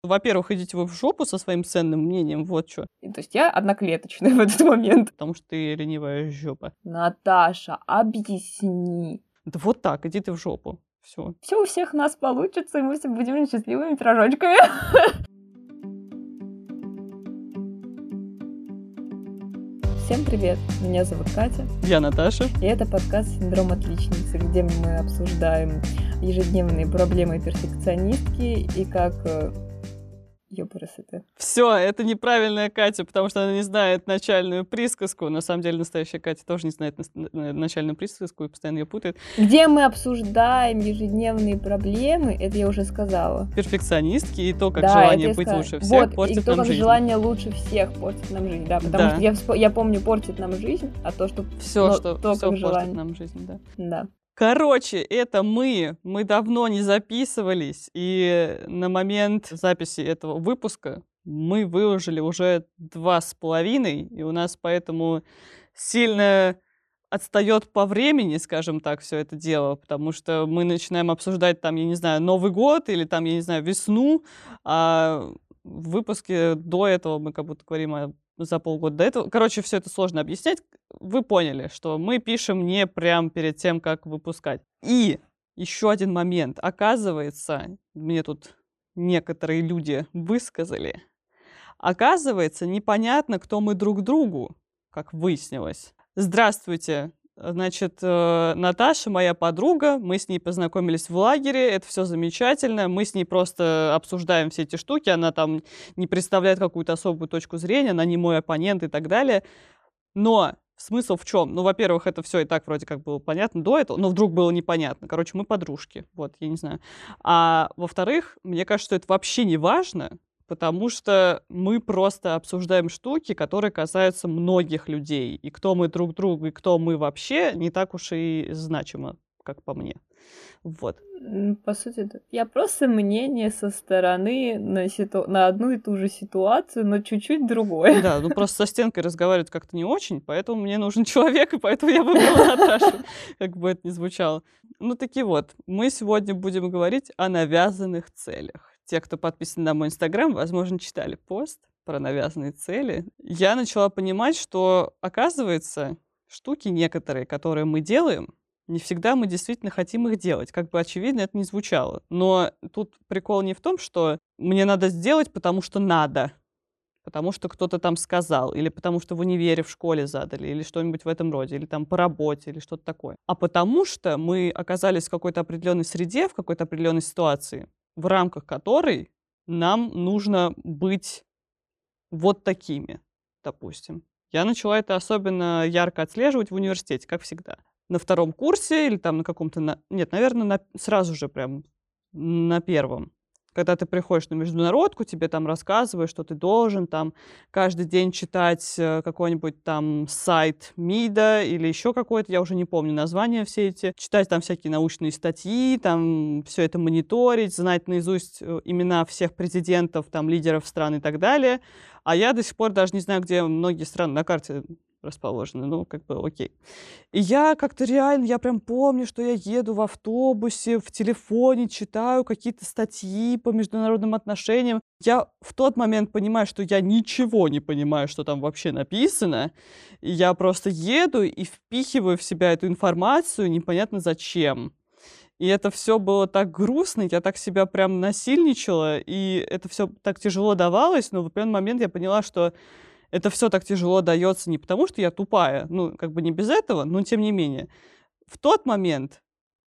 Во-первых, идите вы в жопу со своим ценным мнением, вот чё. То есть я одноклеточная в этот момент. Потому что ты ленивая жопа. Наташа, объясни. Да вот так, иди ты в жопу. Всё. Всё у всех нас получится, и мы все будем счастливыми пирожочками. Всем привет! Меня зовут Катя. Я Наташа. И это подкаст «Синдром отличницы», где мы обсуждаем ежедневные проблемы перфекционистки и как... Ёпрст. Всё, это неправильная Катя, потому что она не знает начальную присказку. На самом деле настоящая Катя тоже не знает начальную присказку и постоянно её путает. Где мы обсуждаем ежедневные проблемы, это я уже сказала. Перфекционистки и то, как Да, желание быть лучше всех вот, портит и то, нам как жизнь. желание лучше всех портит нам жизнь, да, потому Да. что я помню, портит нам жизнь, а то, что... Всё, что то, всё как желание. портит нам жизнь, да. Да. Короче, это мы давно не записывались, и на момент записи этого выпуска мы выложили уже 2,5, и у нас поэтому сильно отстаёт по времени, скажем так, всё это дело, потому что мы начинаем обсуждать там, я не знаю, Новый год или там, я не знаю, весну, а в выпуске до этого мы как будто говорим за полгода до этого. Короче, всё это сложно объяснять. Вы поняли, что мы пишем не прям перед тем, как выпускать. И ещё один момент. Оказывается, мне тут некоторые люди высказали, оказывается, непонятно, кто мы друг другу, как выяснилось. Здравствуйте, значит, Наташа моя подруга, мы с ней познакомились в лагере, это всё замечательно, мы с ней просто обсуждаем все эти штуки, она там не представляет какую-то особую точку зрения, она не мой оппонент и так далее. Но смысл в чём? Ну, во-первых, это всё и так вроде как было понятно до этого, но вдруг было непонятно. Короче, мы подружки, вот, я не знаю. А во-вторых, мне кажется, что это вообще не важно, потому что мы просто обсуждаем штуки, которые касаются многих людей. И кто мы друг другу, и кто мы вообще, не так уж и значимо, как по мне. Вот. По сути, да. Я просто мнение со стороны на одну и ту же ситуацию, но чуть-чуть другое. Да, ну просто со стенкой разговаривать как-то не очень, поэтому мне нужен человек, и поэтому я выбрала Наташу, как бы это ни звучало. Ну, таки вот, мы сегодня будем говорить о навязанных целях. Те, кто подписан на мой Инстаграм, возможно, читали пост про навязанные цели. Я начала понимать, что, оказывается, штуки некоторые, которые мы делаем, не всегда мы действительно хотим их делать. Как бы очевидно это ни звучало. Но тут прикол не в том, что мне надо сделать, потому что надо, потому что кто-то там сказал, или потому что в универе, в школе задали, или что-нибудь в этом роде, или там по работе, или что-то такое. А потому что мы оказались в какой-то определенной среде, в какой-то определенной ситуации, в рамках которой нам нужно быть вот такими, допустим. Я начала это особенно ярко отслеживать в университете, как всегда. На 2 курсе или там на каком-то... Нет, наверное, сразу же прям на 1. Когда ты приходишь на международку, тебе там рассказывают, что ты должен там каждый день читать какой-нибудь там сайт МИДа или еще какой-то, я уже не помню названия все эти, читать там всякие научные статьи, там все это мониторить, знать наизусть имена всех президентов, там лидеров стран и так далее. А я до сих пор даже не знаю, где многие страны на карте расположены, ну, как бы окей. И я как-то реально, я прям помню, что я еду в автобусе, в телефоне читаю какие-то статьи по международным отношениям. Я в тот момент понимаю, что я ничего не понимаю, что там вообще написано. И я просто еду и впихиваю в себя эту информацию непонятно зачем. И это всё было так грустно, я так себя прям насильничала, и это всё так тяжело давалось, но в определенный момент я поняла, что это всё так тяжело даётся не потому, что я тупая, ну, как бы не без этого, но тем не менее. В тот момент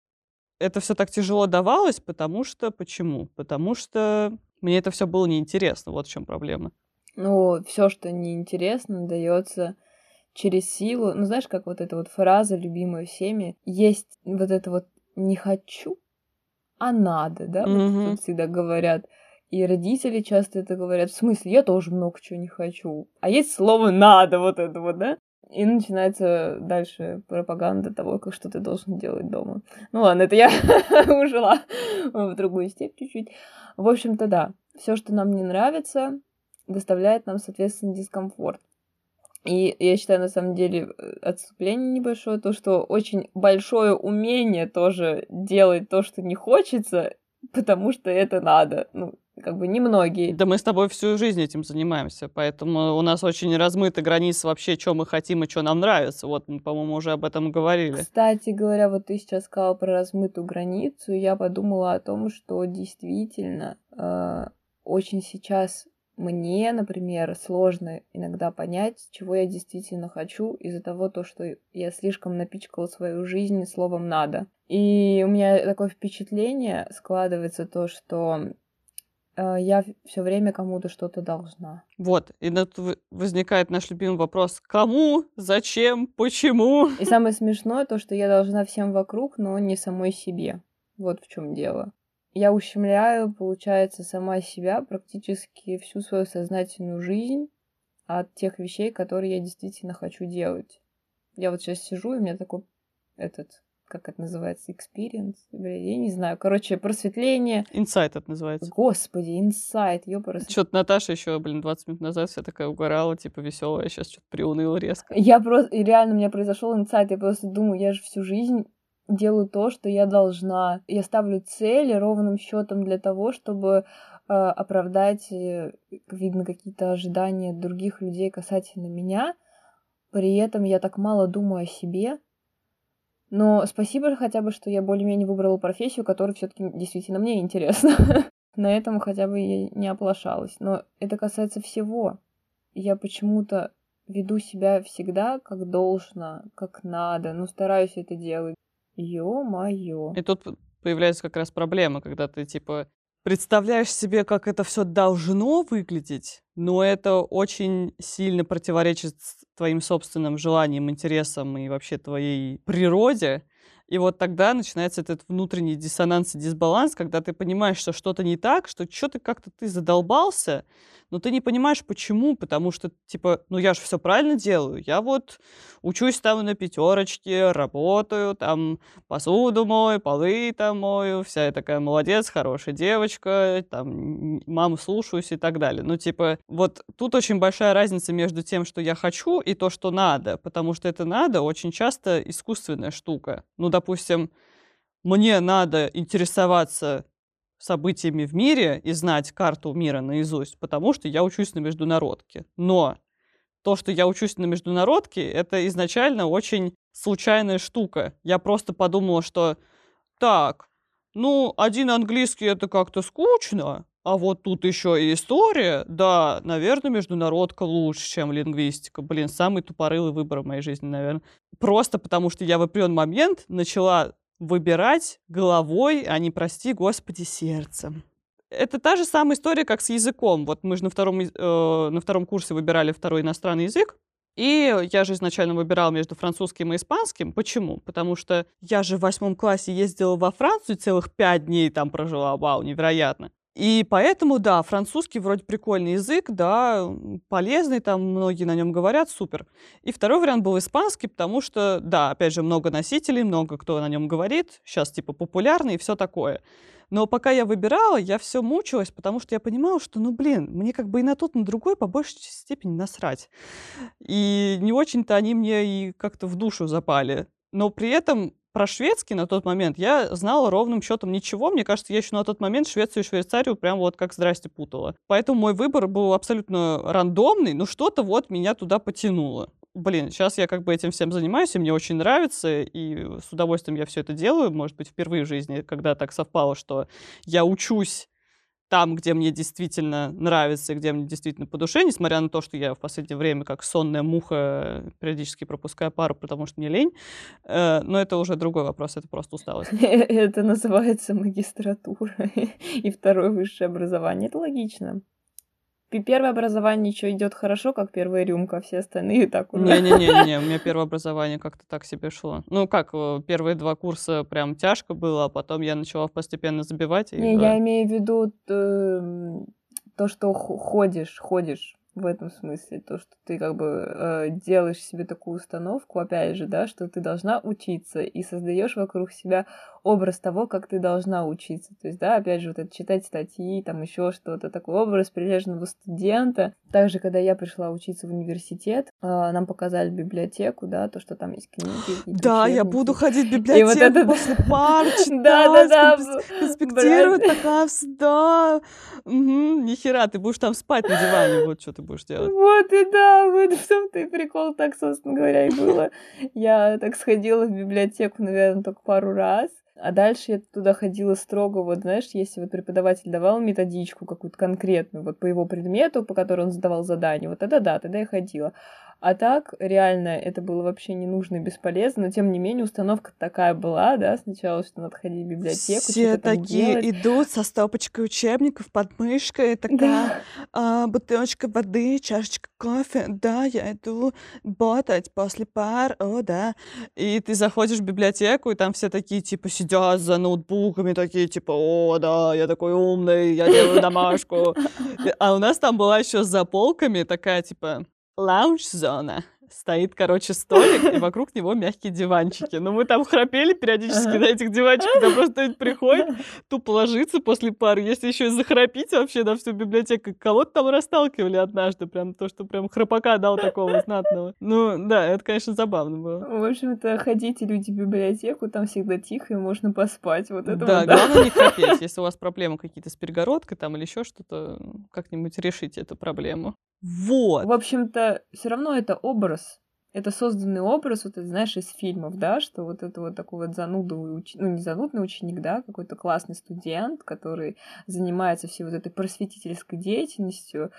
это всё так тяжело давалось, потому что... Почему? Потому что мне это всё было неинтересно, вот в чём проблема. Ну, всё, что неинтересно, даётся через силу. Ну, знаешь, как вот эта вот фраза, любимая всеми, есть вот это вот «не хочу, а надо», да, вот это Мгм. вот всегда говорят. И родители часто это говорят. В смысле, я тоже много чего не хочу. А есть слово «надо», вот это вот, да? И начинается дальше пропаганда того, как что ты должен делать дома. Ну ладно, это я ушла в другую степь чуть-чуть. В общем-то, да, всё, что нам не нравится, доставляет нам, соответственно, дискомфорт. И я считаю, на самом деле, отступление небольшое, то, что очень большое умение тоже делать то, что не хочется, потому что это надо. Ну, как бы немногие. Да мы с тобой всю жизнь этим занимаемся, поэтому у нас очень размыты границы вообще, что мы хотим и что нам нравится. Вот мы, по-моему, уже об этом говорили. Кстати говоря, вот ты сейчас сказала про размытую границу, и я подумала о том, что действительно очень сейчас мне, например, сложно иногда понять, чего я действительно хочу из-за того, что я слишком напичкала свою жизнь словом «надо». И у меня такое впечатление складывается то, что я все время кому-то что-то должна. Вот, и тут возникает наш любимый вопрос: кому, зачем, почему? И самое смешное то, что я должна всем вокруг, но не самой себе. Вот в чем дело. Я ущемляю, получается, сама себя практически всю свою сознательную жизнь от тех вещей, которые я действительно хочу делать. Я вот сейчас сижу, и у меня такой как это называется, experience? Блин, я не знаю. Короче, просветление. Инсайт это называется. Господи, инсайт, ёпарас. Что-то Наташа еще, 20 минут назад вся такая угорала, типа веселая, сейчас что-то приуныла резко. Я просто, и реально у меня произошел инсайт, я просто думаю, я же всю жизнь делаю то, что я должна. Я ставлю цели ровным счетом для того, чтобы оправдать, видно, какие-то ожидания других людей касательно меня. При этом я так мало думаю о себе. Но спасибо хотя бы, что я более-менее выбрала профессию, которая все-таки действительно мне интересна. На этом хотя бы я не оплошалась. Но это касается всего. Я почему-то веду себя всегда как должно, как надо, но стараюсь это делать. Ё-моё. И тут появляется как раз проблема, когда ты, типа, представляешь себе, как это все должно выглядеть, но это очень сильно противоречит твоим собственным желаниям, интересам и вообще твоей природе. И вот тогда начинается этот внутренний диссонанс и дисбаланс, когда ты понимаешь, что что-то не так, что что-то как-то ты задолбался, но ты не понимаешь, почему, потому что, типа, ну я же все правильно делаю, я вот учусь там на 5, работаю, там посуду мою, полы там мою, вся я такая молодец, хорошая девочка, там маму слушаюсь и так далее. Ну, типа, вот тут очень большая разница между тем, что я хочу, и то, что надо, потому что это надо очень часто искусственная штука. Ну, допустим, мне надо интересоваться событиями в мире и знать карту мира наизусть, потому что я учусь на международке. Но то, что я учусь на международке, это изначально очень случайная штука. Я просто подумала, что так, ну, один английский это как-то скучно, а вот тут еще и история. Да, наверное, международка лучше, чем лингвистика. Блин, самый тупорылый выбор в моей жизни, наверное. Просто потому что я в определенный момент начала выбирать головой, а не, прости господи, сердцем. Это та же самая история, как с языком. Вот мы же на втором курсе выбирали второй иностранный язык, и я же изначально выбирала между французским и испанским. Почему? Потому что я же в 8 классе ездила во Францию, целых 5 дней там прожила. Вау, невероятно. И поэтому, да, французский вроде прикольный язык, да, полезный, там многие на нем говорят, супер. И второй вариант был испанский, потому что, да, опять же, много носителей, много кто на нем говорит, сейчас типа популярный и все такое. Но пока я выбирала, я все мучилась, потому что я понимала, что, ну, блин, мне как бы и на тот, и на другой по большей степени насрать. И не очень-то они мне и как-то в душу запали. Но при этом про шведский на тот момент я знала ровным счетом ничего. Мне кажется, я еще на тот момент Швецию и Швейцарию прям вот как здрасте путала. Поэтому мой выбор был абсолютно рандомный, но что-то вот меня туда потянуло. Блин, сейчас я как бы этим всем занимаюсь, и мне очень нравится, и с удовольствием я все это делаю. Может быть, впервые в жизни, когда так совпало, что я учусь там, где мне действительно нравится, где мне действительно по душе, несмотря на то, что я в последнее время как сонная муха периодически пропускаю пару, потому что мне лень. Но это уже другой вопрос, это просто усталость. Это называется магистратура и второе высшее образование. Это логично. Первое образование еще идет хорошо, как первая рюмка, а все остальные так уже. Не-не-не, у меня первое образование как-то так себе шло. Ну как, первые 2 курса прям тяжко было, а потом я начала постепенно забивать. Не, да. я имею в виду то, что ходишь в этом смысле, то, что ты как бы делаешь себе такую установку, опять же, да, что ты должна учиться и создаешь вокруг себя образ того, как ты должна учиться. То есть, да, опять же, вот это читать статьи, там еще что-то, такой образ прилежного студента. Также, когда я пришла учиться в университет, нам показали библиотеку, да, то, что там есть книги, какие-то Да, я буду учебники. ходить в И вот библиотеку это после пар, да-да-да, читать, конспектировать, такая, да, нихера, ты будешь там спать на диване, вот что ты будешь делать. Вот и да, вот в том-то и прикол, так, собственно говоря, и было. Я так сходила в библиотеку, наверное, только пару раз. А дальше я туда ходила строго, вот знаешь, если вот преподаватель давал методичку какую-то конкретную, вот по его предмету, по которому он задавал задание, вот тогда да, тогда я ходила. А так, реально, это было вообще не нужно и бесполезно, но тем не менее установка такая была, да, сначала, что надо ходить в библиотеку, Все что-то там такие делать. идут со стопочкой учебников под мышкой, такая бутылочка воды, чашечка кофе. Да, я иду ботать после пар, о, да. И ты заходишь в библиотеку, и там все такие, типа, сидят за ноутбуками, такие, типа, о, да, я такой умный, я делаю домашку. А у нас там была еще за полками такая, типа, лаунж-зона. Стоит, короче, столик, и вокруг него мягкие диванчики. Ну, мы там храпели периодически на этих диванчиках, там просто кто-нибудь приходит, тупо ложится после пары. Если еще и захрапить вообще на всю библиотеку, кого-то там расталкивали однажды, прям то, что прям храпака дал такого знатного. Ну, да, это, конечно, забавно было. В общем-то, ходите люди в библиотеку, там всегда тихо, и можно поспать. Вот это Да, вот, да. главное не храпеть. Если у вас проблемы какие-то с перегородкой там или еще что-то, как-нибудь решите эту проблему. Вот. В общем-то, все равно это образ. Это созданный образ, вот это, знаешь, из фильмов, да, что вот это вот такой вот занудный, ну, не занудный ученик, да, какой-то классный студент, который занимается всей вот этой просветительской деятельностью,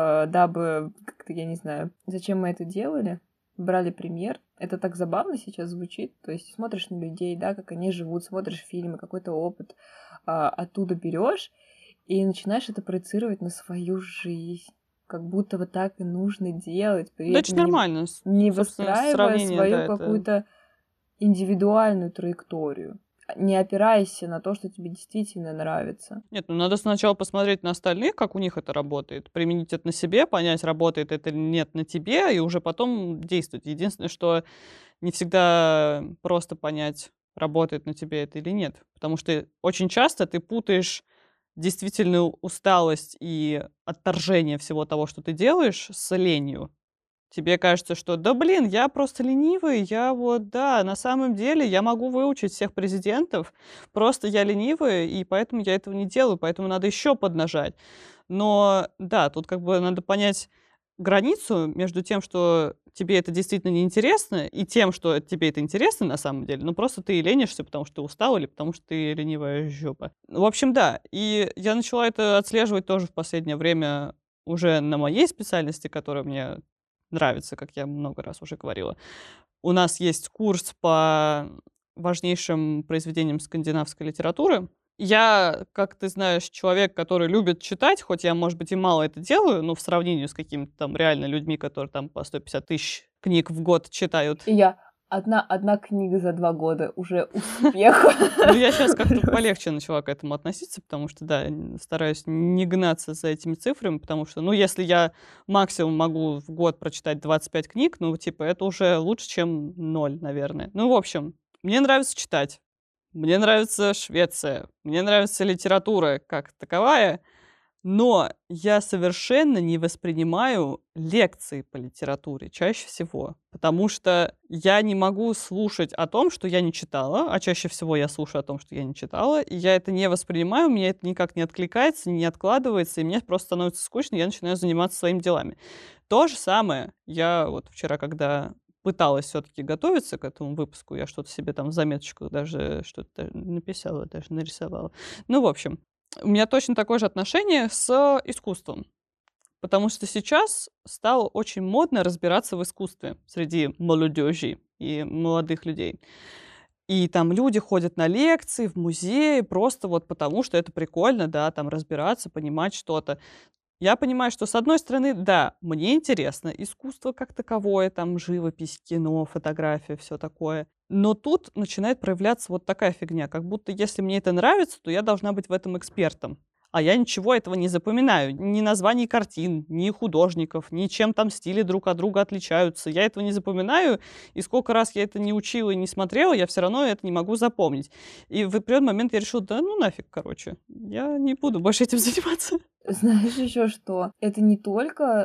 дабы, как-то, я не знаю, зачем мы это делали, брали пример. Это так забавно сейчас звучит, то есть смотришь на людей, да, как они живут, смотришь фильмы, какой-то опыт оттуда берешь и начинаешь это проецировать на свою жизнь. Как будто вот так и нужно делать, при Да, это этом нормально. не Собственно, выстраивая сравнение, свою да, это... какую-то индивидуальную траекторию, не опираясь на то, что тебе действительно нравится. Нет, ну надо сначала посмотреть на остальных, как у них это работает, применить это на себе, понять, работает это или нет на тебе, и уже потом действовать. Единственное, что не всегда просто понять, работает на тебе это или нет. Потому что очень часто ты путаешь действительную усталость и отторжение всего того, что ты делаешь, с ленью. Тебе кажется, что да блин, я просто ленивый, я вот, да, на самом деле я могу выучить всех президентов, просто я ленивый, и поэтому я этого не делаю, поэтому надо еще поднажать. Но да, тут как бы надо понять границу между тем, что тебе это действительно неинтересно, и тем, что тебе это интересно на самом деле, но просто ты ленишься, потому что ты устал или потому что ты ленивая жопа. В общем, да, и я начала это отслеживать тоже в последнее время уже на моей специальности, которая мне нравится, как я много раз уже говорила. У нас есть курс по важнейшим произведениям скандинавской литературы. Я, как ты знаешь, человек, который любит читать, хоть я, может быть, и мало это делаю, но в сравнении с какими-то там реально людьми, которые там по 150 тысяч книг в год читают. И я одна книга за 2 года уже успех. Ну, я сейчас как-то полегче начала к этому относиться, потому что, да, стараюсь не гнаться за этими цифрами, потому что, ну, если я максимум могу в год прочитать 25 книг, ну, типа, это уже лучше, чем 0, наверное. Ну, в общем, мне нравится читать. Мне нравится Швеция, мне нравится литература как таковая, но я совершенно не воспринимаю лекции по литературе чаще всего, потому что я не могу слушать о том, что я не читала, а чаще всего я слушаю о том, что я не читала, и я это не воспринимаю, мне это никак не откликается, не откладывается, и мне просто становится скучно, и я начинаю заниматься своими делами. То же самое я вот вчера, когда пыталась все-таки готовиться к этому выпуску, я что-то себе там в заметочках даже что-то написала, даже нарисовала. Ну, в общем, у меня точно такое же отношение с искусством. Потому что сейчас стало очень модно разбираться в искусстве среди молодежи и молодых людей. И там люди ходят на лекции, в музеи, просто вот потому, что это прикольно, да, там разбираться, понимать что-то. Я понимаю, что, с одной стороны, да, мне интересно искусство как таковое, там живопись, кино, фотография, все такое. Но тут начинает проявляться вот такая фигня, как будто если мне это нравится, то я должна быть в этом экспертом. А я ничего этого не запоминаю. Ни названий картин, ни художников, ни чем там стили друг от друга отличаются. Я этого не запоминаю, и сколько раз я это не учила и не смотрела, я все равно это не могу запомнить. И в определенный момент я решила, да ну нафиг, короче, я не буду больше этим заниматься. Знаешь еще что? Это не только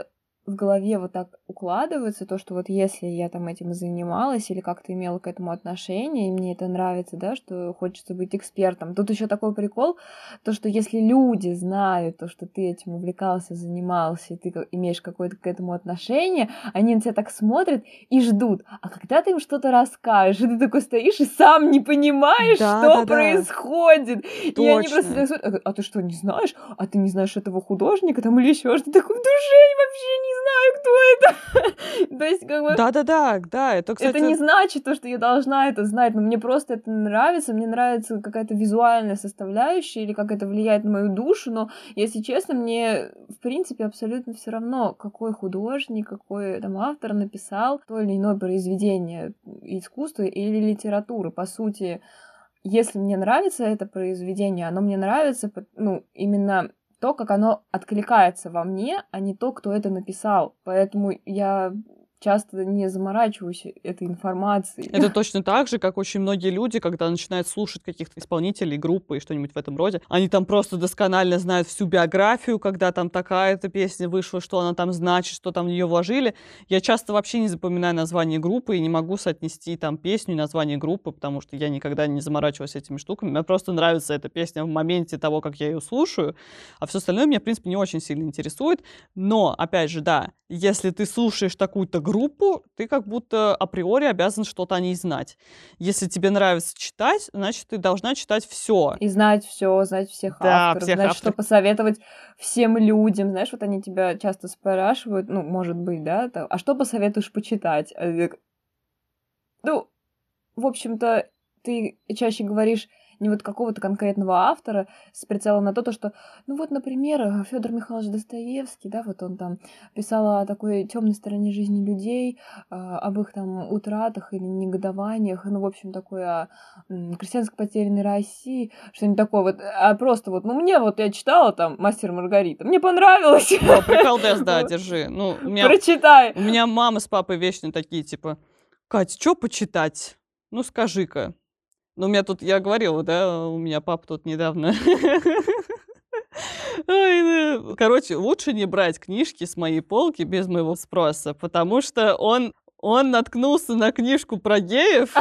в голове вот так укладывается, то, что вот если я там этим занималась или как-то имела к этому отношение, и мне это нравится, да, что хочется быть экспертом. Тут еще такой прикол, то, что если люди знают то, что ты этим увлекался, занимался, и ты имеешь какое-то к этому отношение, они на тебя так смотрят и ждут. А когда ты им что-то расскажешь, и ты такой стоишь и сам не понимаешь, что происходит. Точно. И они просто так смотрят, а ты что, не знаешь? А ты не знаешь этого художника там или еще что-то такое? В душе я вообще не знаю, кто это. То есть, как бы... Да, это, кстати... Это не значит то, что я должна это знать, но мне просто это нравится, мне нравится какая-то визуальная составляющая или как это влияет на мою душу, но, если честно, мне, в принципе, абсолютно все равно, какой художник, какой там автор написал то или иное произведение искусства или литературы. По сути, если мне нравится это произведение, оно мне нравится, ну, именно то, как оно откликается во мне, а не то, кто это написал. Поэтому я часто не заморачиваюсь этой информацией. Это точно так же, как очень многие люди, когда начинают слушать каких-то исполнителей, группы и что-нибудь в этом роде, они там просто досконально знают всю биографию, когда там такая-то песня вышла, что она там значит, что там в нее вложили. Я часто вообще не запоминаю название группы и не могу соотнести там песню и название группы, потому что я никогда не заморачиваюсь этими штуками. Мне просто нравится эта песня в моменте того, как я ее слушаю, а все остальное меня, в принципе, не очень сильно интересует. Но, опять же, да, если ты слушаешь такую-то группу, ты как будто априори обязан что-то о ней знать. Если тебе нравится читать, значит, ты должна читать все. И знать все, знать всех авторов, знать, что посоветовать всем людям. Знаешь, вот они тебя часто спрашивают, ну, может быть, да, а что посоветуешь почитать? Ну, в общем-то, ты чаще говоришь не вот какого-то конкретного автора с прицелом на то, что, ну вот, например, Федор Михайлович Достоевский, да, вот он там писал о такой темной стороне жизни людей, об их там утратах или негодованиях, ну, в общем, такое о крестьянской потерянной России, что-нибудь такое вот, а просто вот, ну, мне вот, я читала там «Мастер и Маргарита», мне понравилось. О, приколдес, да, держи. Ну, прочитай. У меня мама с папой вечно такие, типа, Кать, что почитать? Ну, скажи-ка. Ну, у меня тут, я говорила, да, у меня папа тут недавно... Короче, лучше не брать книжки с моей полки без моего спроса, потому что он наткнулся на книжку про геев,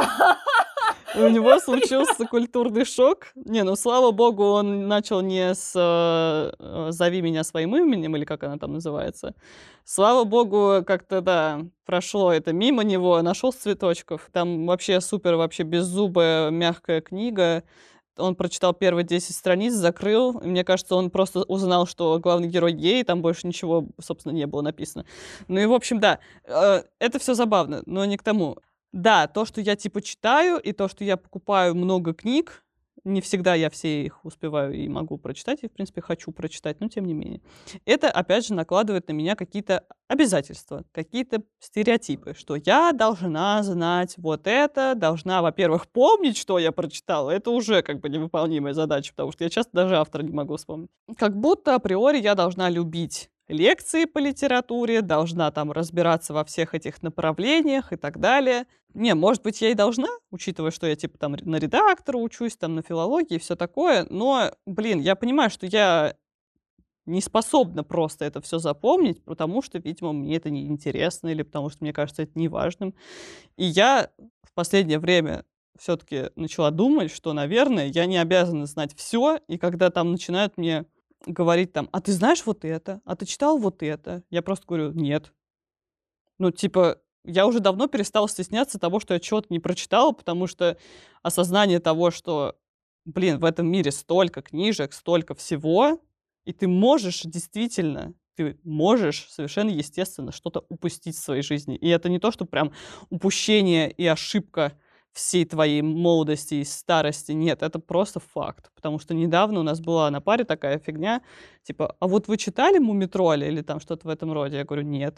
у него случился культурный шок. Не, ну, слава богу, он начал не с «Зови меня своим именем», или как она там называется. Слава богу, как-то, да, прошло это мимо него, нашел с цветочков. Там вообще супер, вообще беззубая, мягкая книга. Он прочитал первые 10 страниц, закрыл. И мне кажется, он просто узнал, что главный герой гей, и там больше ничего, собственно, не было написано. Ну и, в общем, да, это все забавно, но не к тому. Да, то, что я типа читаю, и то, что я покупаю много книг, не всегда я все их успеваю и могу прочитать, и, в принципе, хочу прочитать, но тем не менее. Это, опять же, накладывает на меня какие-то обязательства, какие-то стереотипы, что я должна знать вот это, должна, во-первых, помнить, что я прочитала. Это уже как бы невыполнимая задача, потому что я часто даже автора не могу вспомнить. Как будто априори я должна любить лекции по литературе, должна там разбираться во всех этих направлениях и так далее. Не, может быть, я и должна, учитывая, что я типа там на редактора учусь, там на филологии и все такое, но, блин, я понимаю, что я не способна просто это все запомнить, потому что, видимо, мне это неинтересно или потому что мне кажется это неважным. И я в последнее время все-таки начала думать, что, наверное, я не обязана знать все, и когда там начинают мне говорить там, а ты знаешь вот это? А ты читал вот это? Я просто говорю, нет. Ну, типа, я уже давно перестала стесняться того, что я чего-то не прочитала, потому что осознание того, что, блин, в этом мире столько книжек, столько всего, и ты можешь действительно, ты можешь совершенно естественно что-то упустить в своей жизни. И это не то, что прям упущение и ошибка всей твоей молодости и старости. Нет, это просто факт. Потому что недавно у нас была на паре такая фигня, типа, а вот вы читали «Мумий-тролля» или там что-то в этом роде? Я говорю, нет.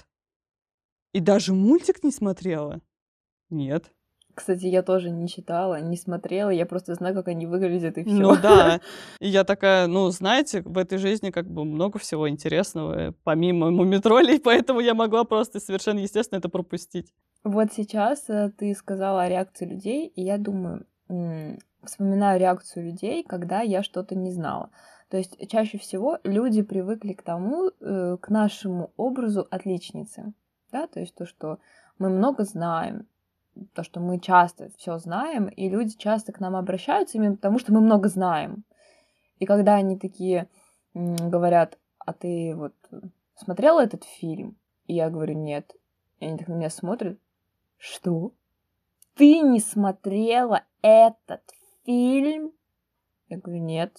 И даже мультик не смотрела? Нет. Кстати, я тоже не читала, не смотрела, я просто знаю, как они выглядят, и все. Ну да. И я такая, ну, знаете, в этой жизни как бы много всего интересного, помимо «Мумий-троллей», поэтому я могла просто совершенно естественно это пропустить. Вот сейчас ты сказала о реакции людей, и я думаю, вспоминаю реакцию людей, когда я что-то не знала. То есть чаще всего люди привыкли к тому, к нашему образу отличницы. Да? То есть то, что мы много знаем, то, что мы часто все знаем, и люди часто к нам обращаются именно потому, что мы много знаем. И когда они такие говорят, а ты вот смотрела этот фильм? И я говорю, нет. И они так на меня смотрят, что? Ты не смотрела этот фильм? Я говорю, нет.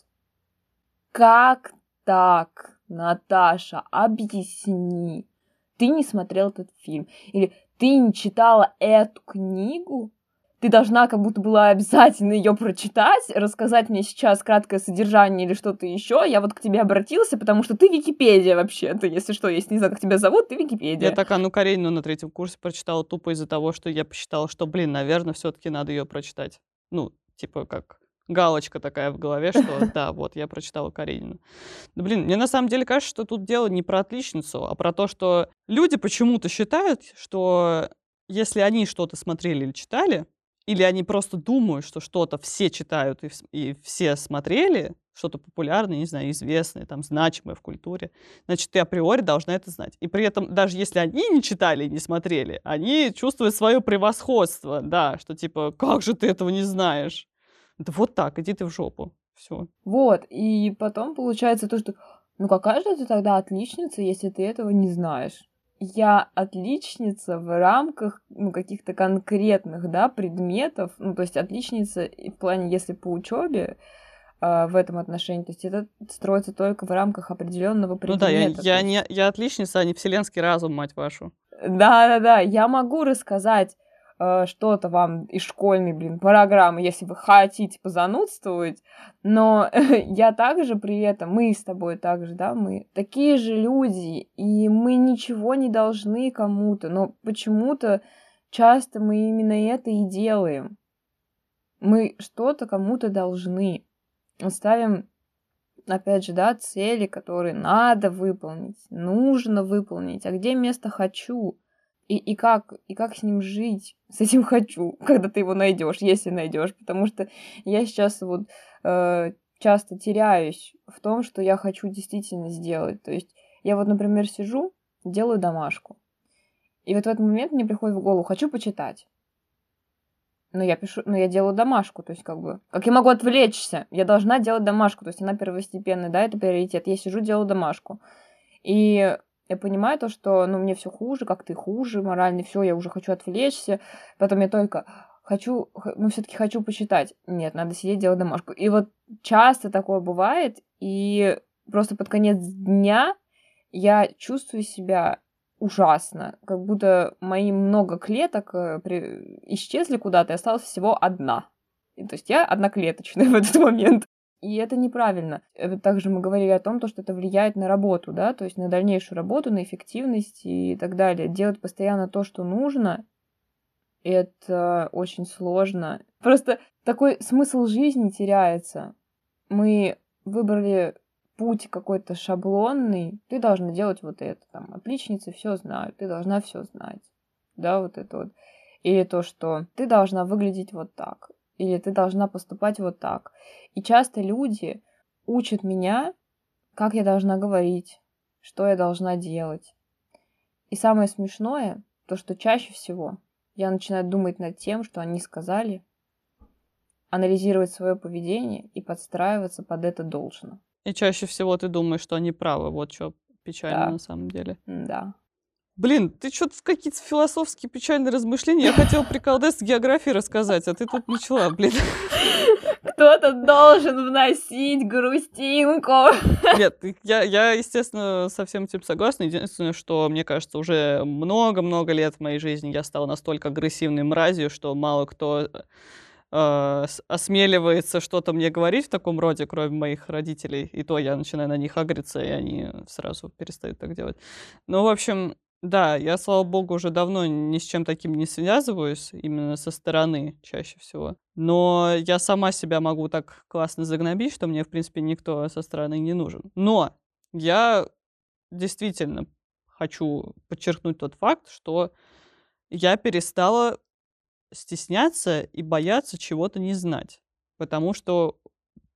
Как так, Наташа? Объясни. Ты не смотрел этот фильм. Или ты не читала эту книгу? Ты должна как будто была обязательно ее прочитать, рассказать мне сейчас краткое содержание или что-то еще. Я вот к тебе обратился, потому что ты Википедия вообще-то, если что, если не знаю, как тебя зовут, ты Википедия. Я так Анну Каренину на 3-м курсе прочитала тупо из-за того, что я посчитала, что, блин, наверное, все-таки надо ее прочитать. Ну, типа как галочка такая в голове, что да, вот, я прочитала Каренину. Да, блин, мне на самом деле кажется, что тут дело не про отличницу, а про то, что люди почему-то считают, что если они что-то смотрели или читали, или они просто думают, что что-то все читают и все смотрели, что-то популярное, не знаю, известное, там, значимое в культуре, значит, ты априори должна это знать. И при этом, даже если они не читали и не смотрели, они чувствуют свое превосходство, да, что типа, как же ты этого не знаешь? Да вот так, иди ты в жопу. Все. Вот, и потом получается то, что ну какая же ты тогда отличница, если ты этого не знаешь? Я отличница в рамках каких-то конкретных, да, предметов, ну, то есть отличница и в плане, если по учебе в этом отношении, то есть это строится только в рамках определенного Ну да, предмета. то есть я отличница, а не вселенский разум, мать вашу. да-да-да, я могу рассказать что-то вам из школьной, программы, если вы хотите позанудствовать, но я также при этом, мы с тобой также, да, мы такие же люди, и мы ничего не должны кому-то, но почему-то часто мы именно это и делаем. Мы что-то кому-то должны. Ставим, опять же, да, цели, которые надо выполнить, нужно выполнить, а где место «хочу»? И как с ним жить, с этим «хочу», когда ты его найдешь, если найдешь, потому что я сейчас вот часто теряюсь в том, что я хочу действительно сделать. То есть я вот, например, сижу, делаю домашку, и вот в этот момент мне приходит в голову, хочу почитать. Но я делаю домашку, то есть как я могу отвлечься? Я должна делать домашку, то есть она первостепенная, да, это приоритет. Я сижу, делаю домашку. И я понимаю то, что, мне все хуже, как-то и хуже, морально, все, я уже хочу отвлечься. Потом я только все-таки хочу почитать. Нет, надо сидеть, делать домашку. И вот часто такое бывает, и просто под конец дня я чувствую себя ужасно, как будто мои много клеток исчезли куда-то, и осталась всего одна. То есть я одноклеточная в этот момент. И это неправильно. Также мы говорили о том, что это влияет на работу, да, то есть на дальнейшую работу, на эффективность и так далее. Делать постоянно то, что нужно, это очень сложно. Просто такой смысл жизни теряется. Мы выбрали путь какой-то шаблонный, ты должна делать вот это, там, отличницы все знают, ты должна все знать, да, вот это вот. Или то, что ты должна выглядеть вот так, или ты должна поступать вот так. И часто люди учат меня, как я должна говорить, что я должна делать. И самое смешное, то, что чаще всего я начинаю думать над тем, что они сказали, анализировать свое поведение и подстраиваться под это должно. И чаще всего ты думаешь, что они правы. Вот что печально Да. на самом деле. Да. Блин, ты что-то какие-то философские печальные размышления. Я хотела приколдес с географией рассказать, а ты тут начала, блин. Кто-то должен вносить грустинку. Нет, я, естественно, со всем этим согласна. Единственное, что, мне кажется, уже много-много лет в моей жизни я стала настолько агрессивной мразью, что мало кто осмеливается что-то мне говорить в таком роде, кроме моих родителей. И то я начинаю на них агриться, и они сразу перестают так делать. Ну, в общем, да, я, слава богу, уже давно ни с чем таким не связываюсь, именно со стороны чаще всего. Но я сама себя могу так классно загнобить, что мне, в принципе, никто со стороны не нужен. Но я действительно хочу подчеркнуть тот факт, что я перестала стесняться и бояться чего-то не знать. Потому что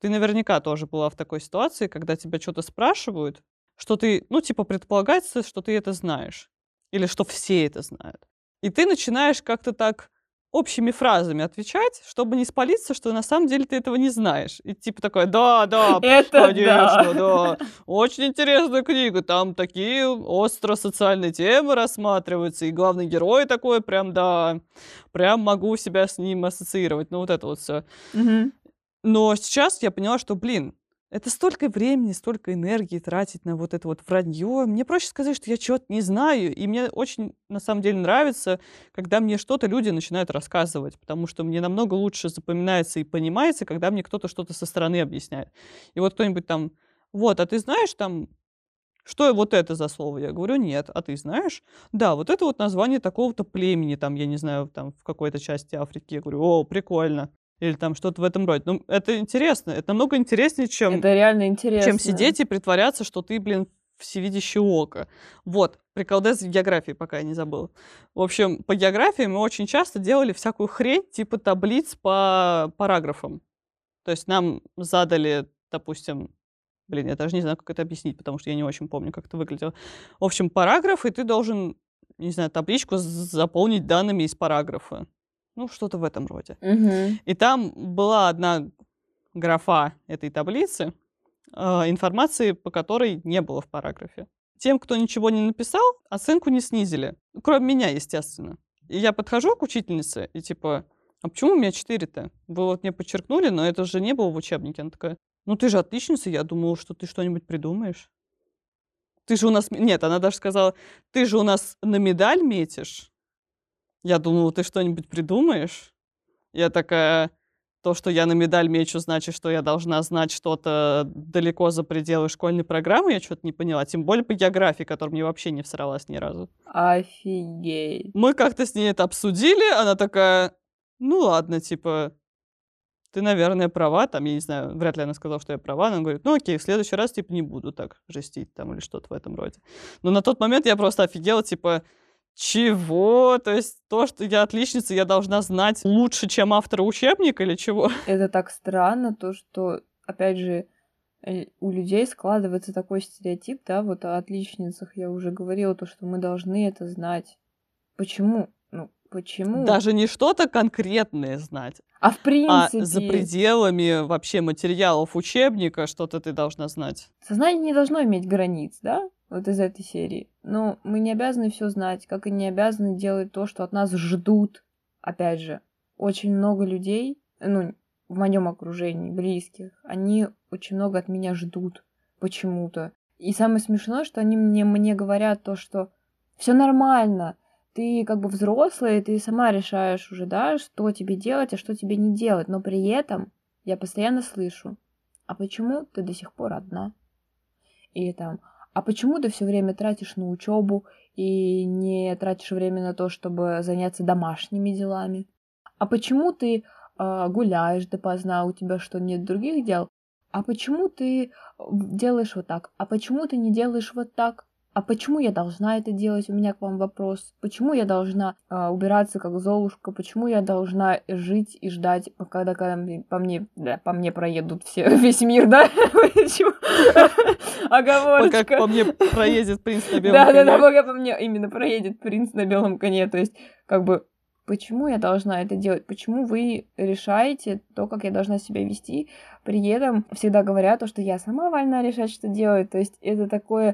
Ты наверняка тоже была в такой ситуации, когда тебя что-то спрашивают, что ты, ну, типа, предполагается, что ты это знаешь. Или что все это знают. И ты начинаешь как-то так общими фразами отвечать, чтобы не спалиться, что на самом деле ты этого не знаешь. И типа такой, да, Это конечно, да. да, очень интересная книга, там такие остро социальные темы рассматриваются, и главный герой такой, прям, да, прям могу себя с ним ассоциировать, ну вот это вот все. Мгм. Но сейчас я поняла, что, блин, это столько времени, столько энергии тратить на вот это вот вранье. Мне проще сказать, что я чего-то не знаю. И мне очень, на самом деле, нравится, когда мне что-то люди начинают рассказывать, потому что мне намного лучше запоминается и понимается, когда мне кто-то что-то со стороны объясняет. И вот кто-нибудь там, вот, а ты знаешь там, что вот это за слово? Я говорю, нет. А ты знаешь? Да, вот это вот название такого-то племени, там, я не знаю, там, в какой-то части Африки. Я говорю, о, прикольно. Или там что-то в этом роде. Ну, это интересно. Это намного интереснее, чем Это реально интересно. сидеть и притворяться, что ты, блин, всевидящее око. Вот, приколдес в географии, пока я не забыла. В общем, по географии мы очень часто делали всякую хрень, типа таблиц по параграфам. То есть нам задали, допустим, блин, я даже не знаю, как это объяснить, потому что я не очень помню, как это выглядело. В общем, параграф, и ты должен, не знаю, табличку заполнить данными из параграфа. Ну, что-то в этом роде. Мгм. И там была одна графа этой таблицы, информации, по которой не было в параграфе. Тем, кто ничего не написал, оценку не снизили. Кроме меня, естественно. И я подхожу к учительнице и типа, а почему у меня 4-то? Вы вот мне подчеркнули, но это же не было в учебнике. Она такая, ну ты же отличница, я думала, что ты что-нибудь придумаешь. Ты же у нас... Нет, она даже сказала, ты же у нас на медаль метишь. Я думала, ты что-нибудь придумаешь. Я такая, то, что я на медаль мечу, значит, что я должна знать что-то далеко за пределы школьной программы, я что-то не поняла. Тем более по географии, которая мне вообще не всралась ни разу. Офигеть. Мы как-то с ней это обсудили, она такая, ну ладно, типа, ты, наверное, права, там, я не знаю, вряд ли она сказала, что я права, она говорит, ну окей, в следующий раз, типа, не буду так жестить там или что-то в этом роде. Но на тот момент я просто офигела, типа, чего? То есть то, что я отличница, я должна знать лучше, чем автор учебника или чего? Это так странно, то, что, опять же, у людей складывается такой стереотип, да, вот о отличницах я уже говорила, то, что мы должны это знать. Почему? Ну, почему? Даже не что-то конкретное знать, А в а за принципе, пределами вообще материалов учебника что-то ты должна знать. сознание не должно иметь границ, да, вот из этой серии. Но мы не обязаны все знать, как и не обязаны делать то, что от нас ждут. Опять же, очень много людей, ну, в моем окружении, близких, они очень много от меня ждут почему-то. И самое смешное, что они мне говорят то, что все нормально, ты как бы взрослая, ты сама решаешь уже, да, что тебе делать, а что тебе не делать. Но при этом я постоянно слышу, а почему ты до сих пор одна? И там, а почему ты все время тратишь на учебу и не тратишь время на то, чтобы заняться домашними делами? А почему ты гуляешь допоздна, у тебя что, нет других дел? А почему ты делаешь вот так? А почему ты не делаешь вот так? А почему я должна это делать? У меня к вам вопрос. Почему я должна убираться как Золушка? Почему я должна жить и ждать, когда по мне проедут весь мир, да? Почему? Оговорочка. Пока по мне проедет принц на белом коне. Да, пока по мне именно проедет принц на белом коне. То есть, как бы, почему я должна это делать? Почему вы решаете то, как я должна себя вести? При этом всегда говорят то, что я сама вольна решать, что делать. То есть это такое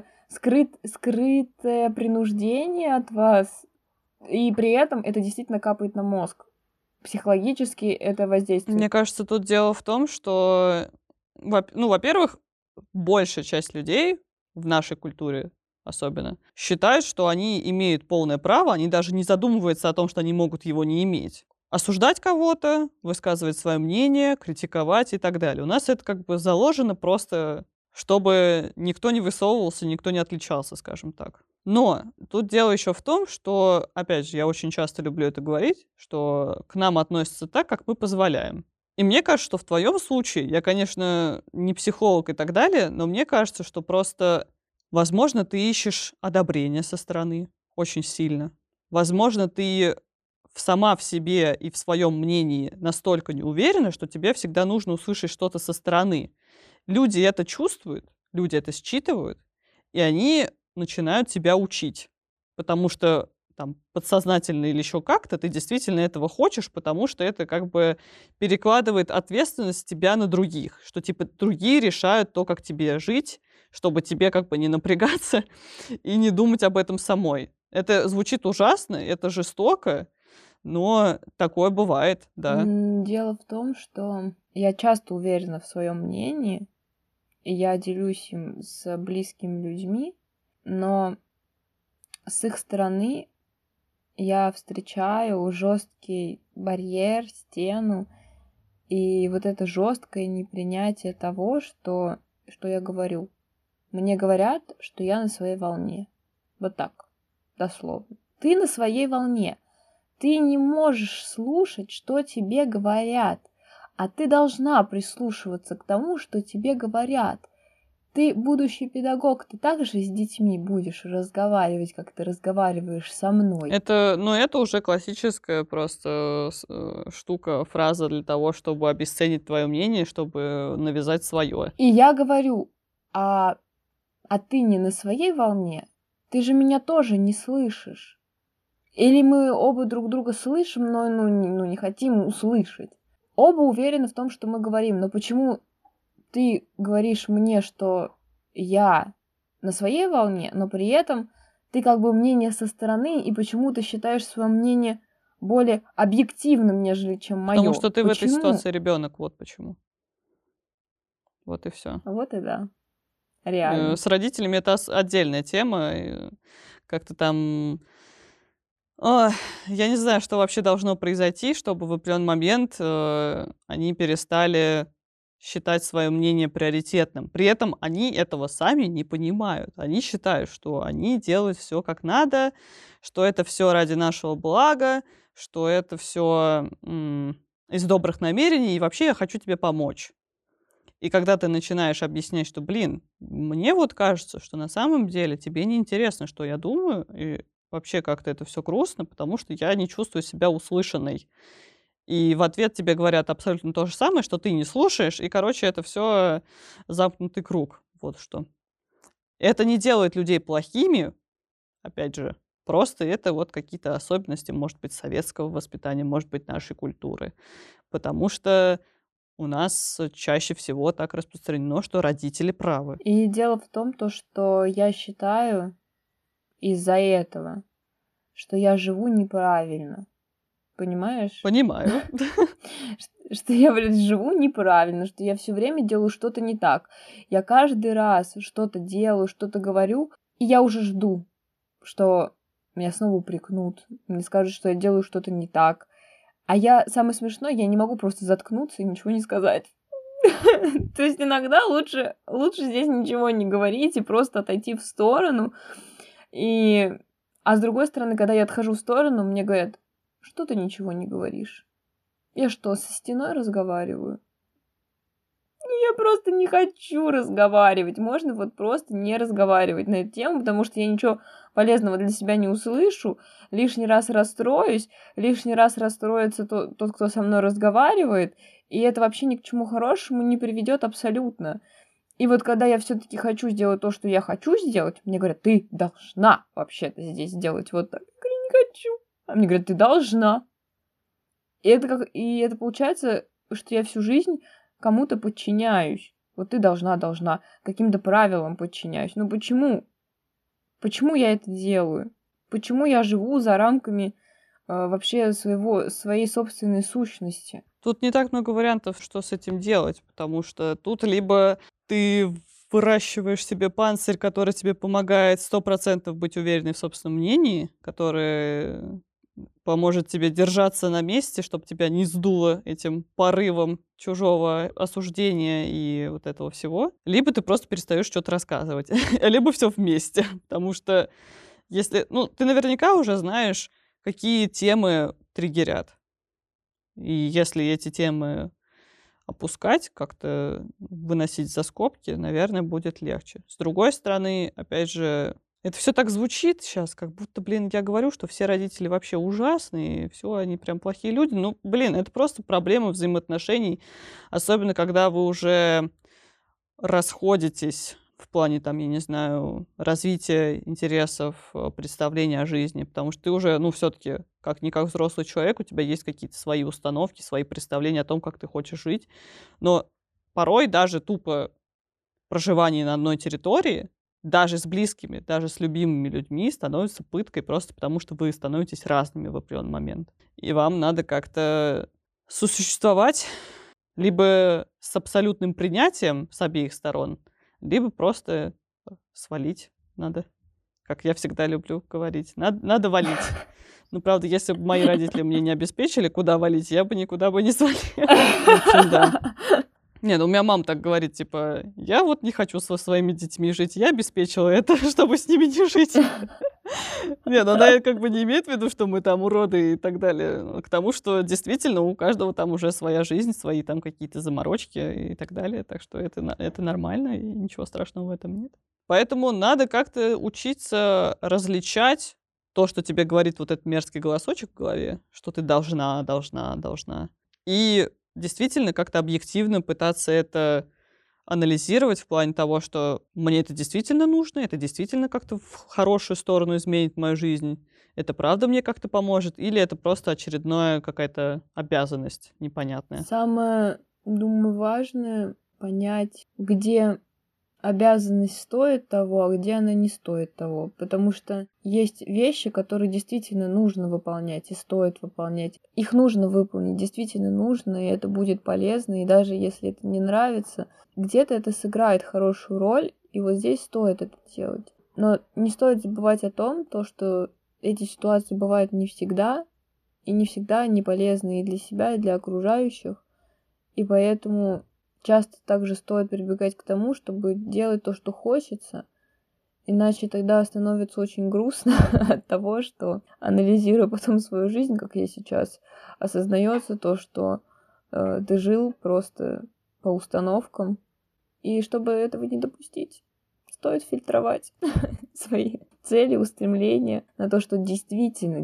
скрытое принуждение от вас. И при этом это действительно капает на мозг. Психологически это воздействие. Мне кажется, тут дело в том, что, во-первых, большая часть людей в нашей культуре особенно считают, что они имеют полное право, они даже не задумываются о том, что они могут его не иметь. Осуждать кого-то, высказывать свое мнение, критиковать и так далее. У нас это как бы заложено просто, чтобы никто не высовывался, никто не отличался, скажем так. Но тут дело еще в том, что, опять же, я очень часто люблю это говорить, что к нам относятся так, как мы позволяем. И мне кажется, что в твоем случае, я, конечно, не психолог и так далее, но мне кажется, что просто, возможно, ты ищешь одобрение со стороны очень сильно. Возможно, ты сама в себе и в своем мнении настолько не уверена, что тебе всегда нужно услышать что-то со стороны. Люди это чувствуют, люди это считывают, и они начинают тебя учить. Потому что там подсознательно или еще как-то ты действительно этого хочешь, потому что это как бы перекладывает ответственность с тебя на других. Что типа другие решают то, как тебе жить, чтобы тебе как бы не напрягаться и не думать об этом самой. Это звучит ужасно, это жестоко, но такое бывает, да. Дело в том, что я часто уверена в своем мнении, и я делюсь им с близкими людьми, но с их стороны я встречаю жесткий барьер, стену, и вот это жесткое непринятие того, что я говорю. Мне говорят, что я на своей волне. Вот так, дословно. Ты на своей волне. Ты не можешь слушать, что тебе говорят, а ты должна прислушиваться к тому, что тебе говорят. Ты будущий педагог, ты также с детьми будешь разговаривать, как ты разговариваешь со мной. Это уже классическая просто штука, фраза для того, чтобы обесценить твое мнение, чтобы навязать свое. И я говорю, а ты не на своей волне? Ты же меня тоже не слышишь. Или мы оба друг друга слышим, но не хотим услышать. Оба уверены в том, что мы говорим, но почему ты говоришь мне, что я на своей волне, но при этом ты как бы мнение со стороны, и почему ты считаешь свое мнение более объективным, нежели чем мое? Потому что ты в этой ситуации ребенок, вот почему. Вот и все. Вот и да. Реально. С родителями это отдельная тема. Как-то там... Ой, я не знаю, что вообще должно произойти, чтобы в определенный момент они перестали считать свое мнение приоритетным. При этом они этого сами не понимают. Они считают, что они делают все как надо, что это все ради нашего блага, что это все из добрых намерений, и вообще я хочу тебе помочь. И когда ты начинаешь объяснять, что, мне вот кажется, что на самом деле тебе не интересно, что я думаю, и вообще как-то это все грустно, потому что я не чувствую себя услышанной. И в ответ тебе говорят абсолютно то же самое, что ты не слушаешь, и, короче, это все замкнутый круг. Вот что. Это не делает людей плохими, опять же, просто это вот какие-то особенности, может быть, советского воспитания, может быть, нашей культуры. Потому что у нас чаще всего так распространено, что родители правы. И дело в том, что я считаю из-за этого, что я живу неправильно. Понимаешь? Понимаю. Что я, живу неправильно, что я все время делаю что-то не так. Я каждый раз что-то делаю, что-то говорю, и я уже жду, что меня снова упрекнут, мне скажут, что я делаю что-то не так. А самое смешное, я не могу просто заткнуться и ничего не сказать. То есть иногда лучше здесь ничего не говорить и просто отойти в сторону. А с другой стороны, когда я отхожу в сторону, мне говорят, что ты ничего не говоришь? Я что, со стеной разговариваю? Я просто не хочу разговаривать. Можно вот просто не разговаривать на эту тему, потому что я ничего полезного для себя не услышу, лишний раз расстроюсь, лишний раз расстроится тот, кто со мной разговаривает, и это вообще ни к чему хорошему не приведет абсолютно. И вот когда я все-таки хочу сделать то, что я хочу сделать, мне говорят, ты должна вообще-то здесь сделать вот так. Я говорю, не хочу. А мне говорят, ты должна. И это получается, что я всю жизнь кому-то подчиняюсь. Вот ты должна, каким-то правилам подчиняюсь. Ну почему? Почему я это делаю? Почему я живу за рамками вообще своей собственной сущности? Тут не так много вариантов, что с этим делать, потому что тут либо ты выращиваешь себе панцирь, который тебе помогает 100% быть уверенной в собственном мнении, который поможет тебе держаться на месте, чтобы тебя не сдуло этим порывом чужого осуждения и вот этого всего. Либо ты просто перестаешь что-то рассказывать. Либо все вместе. Потому что если... ты наверняка уже знаешь, какие темы триггерят. И если эти темы опускать, как-то выносить за скобки, наверное, будет легче. С другой стороны, опять же, Это все так звучит сейчас, как будто, блин, я говорю, что все родители вообще ужасные, все они прям плохие люди. Ну, блин, это просто проблема взаимоотношений, особенно когда вы уже расходитесь в плане, там, я не знаю, развития интересов, представления о жизни, потому что ты уже, ну, все-таки, как-никак взрослый человек, у тебя есть какие-то свои установки, свои представления о том, как ты хочешь жить. Но порой даже тупо проживание на одной территории, даже с близкими, даже с любимыми людьми, становится пыткой просто потому, что вы становитесь разными в определенный момент. И вам надо как-то сосуществовать либо с абсолютным принятием с обеих сторон, либо просто свалить надо, как я всегда люблю говорить. Надо валить. Ну, правда, если бы мои родители мне не обеспечили, куда валить, я бы никуда бы не свалила. В общем, да. Не, ну у меня мама так говорит, типа, я вот не хочу со своими детьми жить, я обеспечила это, чтобы с ними не жить. Не, ну она как бы не имеет в виду, что мы там уроды и так далее. К тому, что действительно у каждого там уже своя жизнь, свои там какие-то заморочки и так далее. Так что это нормально, и ничего страшного в этом нет. Поэтому надо как-то учиться различать то, что тебе говорит вот этот мерзкий голосочек в голове, что ты должна, должна, должна. И действительно как-то объективно пытаться это анализировать в плане того, что мне это действительно нужно, это действительно как-то в хорошую сторону изменит мою жизнь, это правда мне как-то поможет, или это просто очередная какая-то обязанность непонятная. Самое, думаю, важное понять, где обязанность стоит того, а где она не стоит того. Потому что есть вещи, которые действительно нужно выполнять и стоит выполнять. Их нужно выполнить, действительно нужно, и это будет полезно. И даже если это не нравится, где-то это сыграет хорошую роль, и вот здесь стоит это делать. Но не стоит забывать о том, что эти ситуации бывают не всегда, и не всегда они полезны и для себя, и для окружающих. И поэтому часто также стоит прибегать к тому, чтобы делать то, что хочется, иначе тогда становится очень грустно от того, что, анализируя потом свою жизнь, как я сейчас, осознается то, что ты жил просто по установкам. И чтобы этого не допустить, стоит фильтровать свои цели, устремления на то, что действительно,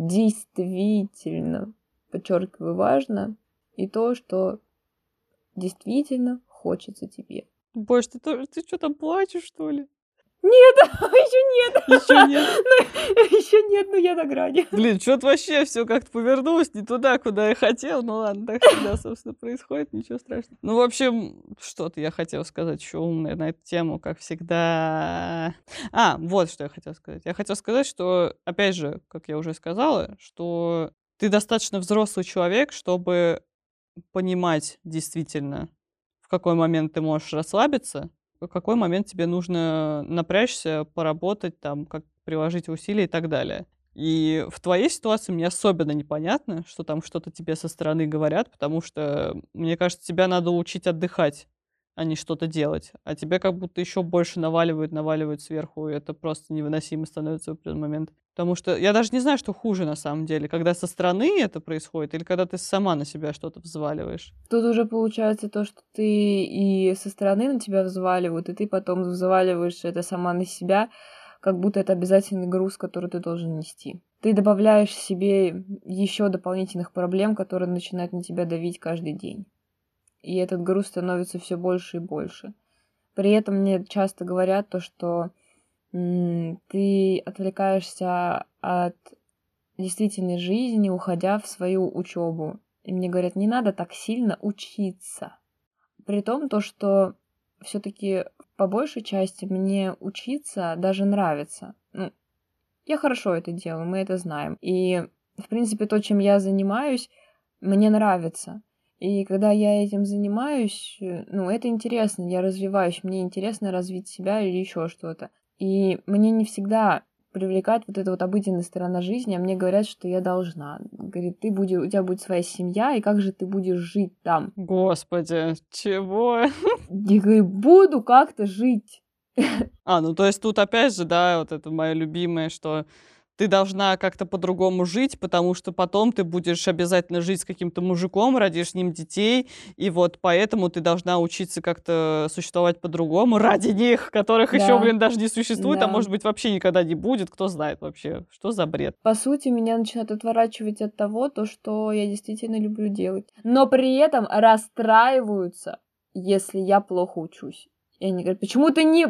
подчеркиваю, важно, и то, что действительно хочется тебе. Боже, ты что там плачешь, что ли? Нет, еще нет. Еще нет. Еще нет, но я на грани. Блин, что-то вообще все как-то повернулось не туда, куда я хотел. Ну ладно, так всегда, собственно, происходит, ничего страшного. Ну, в общем, что-то я хотела сказать еще умное на эту тему, как всегда. Вот что я хотела сказать. Я хотела сказать, что, опять же, как я уже сказала, что ты достаточно взрослый человек, чтобы понимать действительно, в какой момент ты можешь расслабиться, в какой момент тебе нужно напрячься, поработать, там, как приложить усилия и так далее. И в твоей ситуации мне особенно непонятно, что там что-то тебе со стороны говорят, потому что, мне кажется, тебя надо учить отдыхать, а не что-то делать. А тебе как будто еще больше наваливают сверху, и это просто невыносимо становится в определенный момент. Потому что я даже не знаю, что хуже на самом деле, когда со стороны это происходит или когда ты сама на себя что-то взваливаешь. Тут уже получается то, что ты и со стороны на тебя взваливают, и ты потом взваливаешь это сама на себя, как будто это обязательный груз, который ты должен нести. Ты добавляешь себе еще дополнительных проблем, которые начинают на тебя давить каждый день. И этот груз становится все больше и больше. При этом мне часто говорят то, что ты отвлекаешься от действительной жизни, уходя в свою учебу. И мне говорят, не надо так сильно учиться. При том, то, что все-таки по большей части мне учиться даже нравится. Я хорошо это делаю, мы это знаем. И, в принципе, то, чем я занимаюсь, мне нравится. И когда я этим занимаюсь, это интересно, я развиваюсь, мне интересно развить себя или еще что-то. И мне не всегда привлекает вот эта вот обыденная сторона жизни, а мне говорят, что я должна. Говорит, у тебя будет своя семья, и как же ты будешь жить там? Господи, чего? Я говорю, буду как-то жить. То есть тут опять же, да, вот это мое любимое, что ты должна как-то по-другому жить, потому что потом ты будешь обязательно жить с каким-то мужиком, родишь с ним детей, и вот поэтому ты должна учиться как-то существовать по-другому ради них, которых еще, Да, даже не существует, а да. может быть вообще никогда не будет, кто знает вообще, что за бред. По сути, меня начинает отворачивать от того, что я действительно люблю делать. Но при этом расстраиваются, если я плохо учусь. И они говорят, почему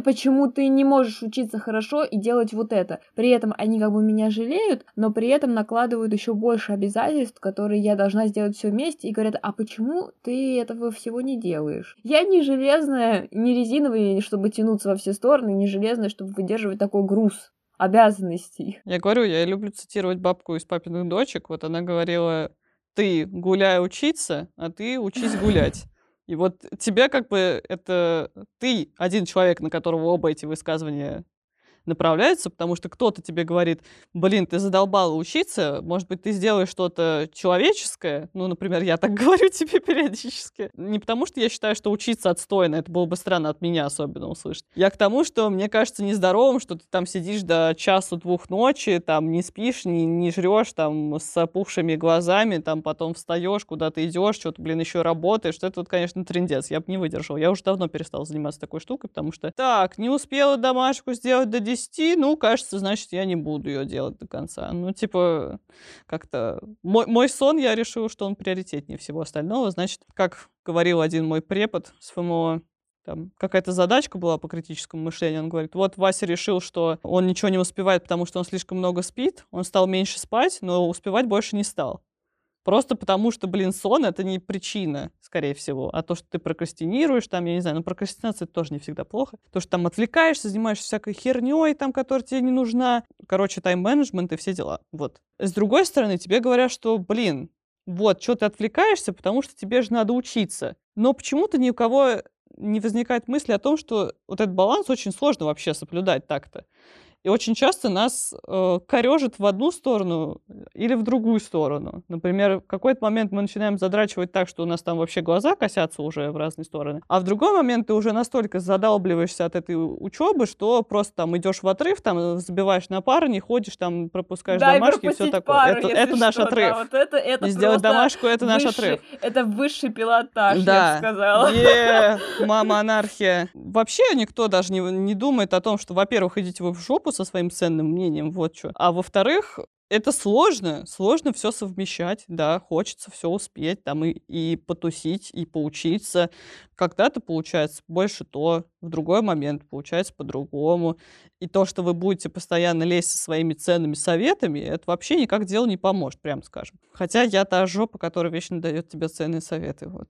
ты не можешь учиться хорошо и делать вот это? При этом они как бы меня жалеют, но при этом накладывают еще больше обязательств, которые я должна сделать все вместе, и говорят, а почему ты этого всего не делаешь? Я не железная, не резиновая, чтобы тянуться во все стороны, не железная, чтобы выдерживать такой груз обязанностей. Я говорю, я люблю цитировать бабку из «Папиных дочек». Вот она говорила, ты гуляй учиться, а ты учись гулять. И вот тебе как бы это... Ты один человек, на которого оба эти высказывания направляются, потому что кто-то тебе говорит, блин, ты задолбала учиться, может быть, ты сделаешь что-то человеческое, ну, например, я так говорю тебе периодически, не потому что я считаю, что учиться отстойно, это было бы странно от меня особенно услышать. Я к тому, что мне кажется нездоровым, что ты там сидишь до 1-2 ночи, там не спишь, не жрешь, там с опухшими глазами, там потом встаешь, куда-то идешь, что-то, блин, еще работаешь, это вот, конечно, трындец, я бы не выдержал. Я уже давно перестала заниматься такой штукой, потому что, так, не успела домашку сделать до 10, ну, кажется, значит, я не буду ее делать до конца. Ну, типа, как-то... Мой сон, я решила, что он приоритетнее всего остального. Значит, как говорил один мой препод с ФМО, там какая-то задачка была по критическому мышлению. Он говорит, вот Вася решил, что он ничего не успевает, потому что он слишком много спит, он стал меньше спать, но успевать больше не стал. Просто потому что, блин, сон — это не причина, скорее всего, а то, что ты прокрастинируешь, там, я не знаю, прокрастинация — это тоже не всегда плохо. То, что там отвлекаешься, занимаешься всякой херней, там, которая тебе не нужна. Короче, тайм-менеджмент и все дела. Вот. С другой стороны, тебе говорят, что, блин, вот, что ты отвлекаешься, потому что тебе же надо учиться. Но почему-то ни у кого не возникает мысли о том, что вот этот баланс очень сложно вообще соблюдать так-то. И очень часто нас корежит в одну сторону или в другую сторону. Например, в какой-то момент мы начинаем задрачивать так, что у нас там вообще глаза косятся уже в разные стороны. А в другой момент ты уже настолько задалбливаешься от этой учебы, что просто там идешь в отрыв, там забиваешь на пары, не ходишь, там пропускаешь домашки и все такое. Пару, это наш что, отрыв. Да, вот это не сделать домашку — это наш отрыв. Это высший пилотаж, да. я бы сказала. Мама анархия. Вообще никто даже не думает о том, что, во-первых, идите вы в жопу со своим ценным мнением, вот что. А во-вторых, это сложно все совмещать, да, хочется все успеть, там и потусить, и поучиться. Когда-то получается больше то, в другой момент получается по-другому. И то, что вы будете постоянно лезть со своими ценными советами, это вообще никак делу не поможет, прям скажем. Хотя я та жопа, которая вечно дает тебе ценные советы, вот.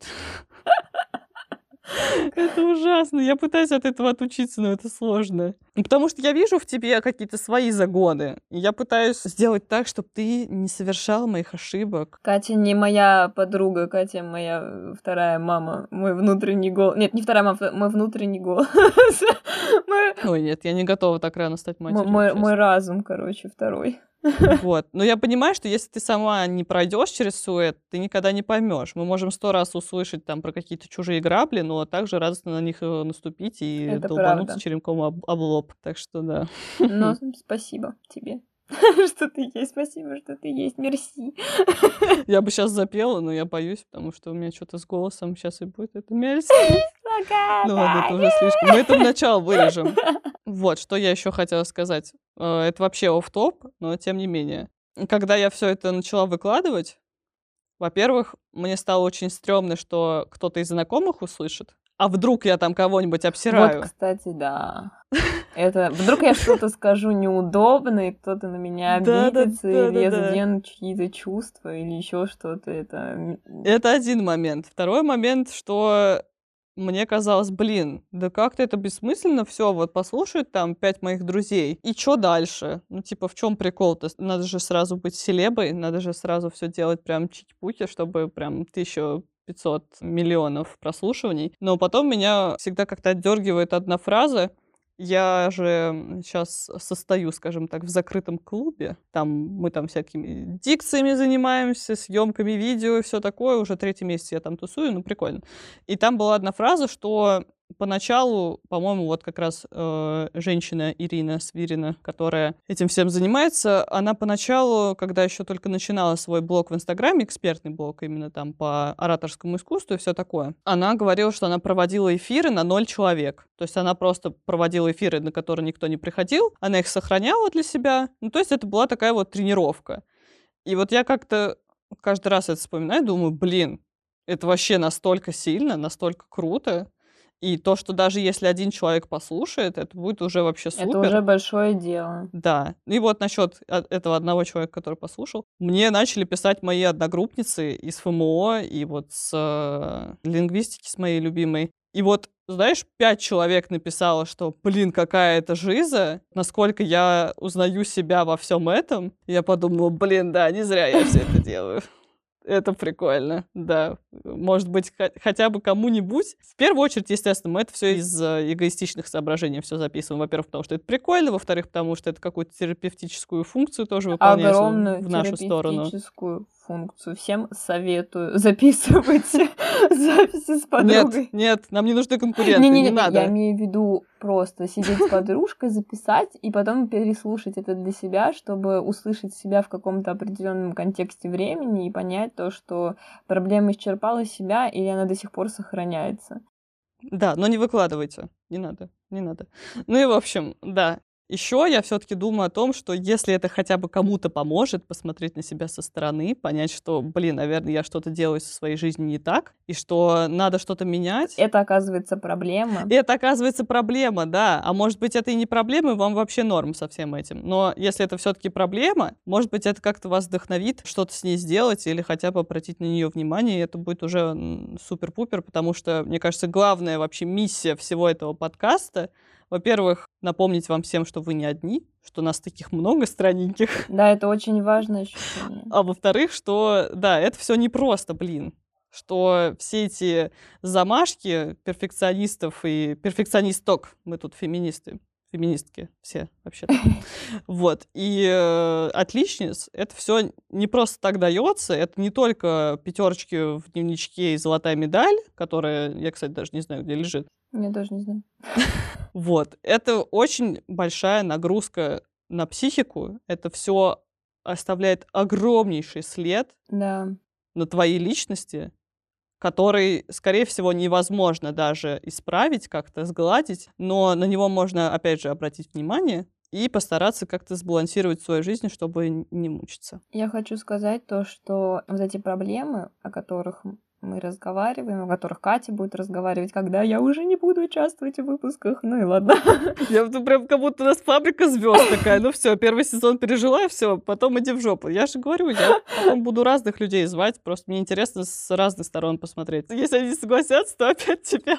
Это ужасно. Я пытаюсь от этого отучиться, но это сложно. Потому что я вижу в тебе какие-то свои загоны. И я пытаюсь сделать так, чтобы ты не совершал моих ошибок. Катя не моя подруга, Катя моя вторая мама, мой внутренний голос. Нет, не вторая мама, мой внутренний голос. Ой, нет, я не готова так рано стать матерью. Мой разум, короче, второй. Вот. Но я понимаю, что если ты сама не пройдешь через все это, ты никогда не поймешь. Мы можем 100 раз услышать там про какие-то чужие грабли, но также радостно на них наступить и это долбануться правда. черенком об лоб. Так что да. Ну, спасибо тебе. Что ты есть, спасибо, что ты есть, мерси. Я бы сейчас запела, но я боюсь, потому что у меня что-то с голосом сейчас и будет. Это мерси. Ну ладно, это уже слишком. Мы это в начало вырежем. Вот, что я еще хотела сказать. Это вообще офф-топ, но тем не менее. Когда я все это начала выкладывать, во-первых, мне стало очень стрёмно, что кто-то из знакомых услышит. А вдруг я там кого-нибудь обсираю? Вот, кстати, да. Это вдруг я что-то скажу неудобное, и кто-то на меня обидится, или я задену чьи-то чувства, или еще что-то. Это один момент. Второй момент, что мне казалось, блин, да как-то это бессмысленно все, вот послушают там 5 моих друзей, и что дальше? Ну, типа, в чем прикол-то? Надо же сразу быть селебой, надо же сразу все делать прям чики-пуки, чтобы прям 1500 миллионов прослушиваний. Но потом меня всегда как-то отдергивает одна фраза. Я же сейчас состою, скажем так, в закрытом клубе. Там мы там всякими дикциями занимаемся, съемками видео и все такое. Уже 3-й месяц я там тусую, ну прикольно. И там была одна фраза, что поначалу, по-моему, вот как раз женщина Ирина Свирина, которая этим всем занимается, она поначалу, когда еще только начинала свой блог в Инстаграме, экспертный блог именно там по ораторскому искусству и все такое, она говорила, что она проводила эфиры на 0 человек. То есть она просто проводила эфиры, на которые никто не приходил, она их сохраняла для себя. Ну, то есть это была такая вот тренировка. И вот я как-то каждый раз это вспоминаю, думаю, блин, это вообще настолько сильно, настолько круто. И то, что даже если один человек послушает, это будет уже вообще супер. Это уже большое дело. Да. И вот насчет этого одного человека, который послушал, мне начали писать мои одногруппницы из ФМО и вот с лингвистики, с моей любимой. И вот, знаешь, 5 человек написало, что, блин, какая это жиза, насколько я узнаю себя во всем этом. Я подумала, блин, да, не зря я все это делаю. Это прикольно, да. Может быть, хотя бы кому-нибудь. В первую очередь, естественно, мы это все из эгоистичных соображений все записываем. Во-первых, потому что это прикольно, во-вторых, потому что это какую-то терапевтическую функцию тоже выполняет в нашу сторону. Терапевтическую функцию. Всем советую. Записывайте записи с подругой. Нет, нам не нужны конкуренты, не надо. Я имею в виду просто сидеть с подружкой, записать и потом переслушать это для себя, чтобы услышать себя в каком-то определенном контексте времени и понять то, что проблема исчерпала себя или она до сих пор сохраняется. Да, но не выкладывайте. Не надо. Ну и в общем, да. Еще я все-таки думаю о том, что если это хотя бы кому-то поможет посмотреть на себя со стороны, понять, что, блин, наверное, я что-то делаю со своей жизнью не так, и что надо что-то менять. Это, оказывается, проблема. Это, оказывается, проблема, да. А может быть, это и не проблема, и вам вообще норм со всем этим. Но если это все-таки проблема, может быть, это как-то вас вдохновит что-то с ней сделать или хотя бы обратить на нее внимание, и это будет уже супер-пупер, потому что, мне кажется, главная вообще миссия всего этого подкаста, во-первых, напомнить вам всем, что вы не одни, что нас таких много странненьких. Да, это очень важное ощущение. А во-вторых, что, да, это все непросто, блин. Что все эти замашки перфекционистов и перфекционисток, мы тут феминистки все вообще-то. Вот. И отличниц, это все не просто так дается, это не только 5 в дневничке и золотая медаль, которая, я, кстати, даже не знаю, где лежит. Я даже не знаю. Вот. Это очень большая нагрузка на психику. Это все оставляет огромнейший след на твоей личности, который, скорее всего, невозможно даже исправить, как-то сгладить, но на него можно, опять же, обратить внимание и постараться как-то сбалансировать свою жизнь, чтобы не мучиться. Я хочу сказать то, что вот эти проблемы, о которых мы разговариваем, о которых Катя будет разговаривать, когда я уже не буду участвовать в выпусках. Ну и ладно. Я прям как будто у нас фабрика звезд такая. Ну все, первый сезон пережила, все, потом иди в жопу. Я же говорю, я потом буду разных людей звать, просто мне интересно с разных сторон посмотреть. Если они согласятся, то опять тебя.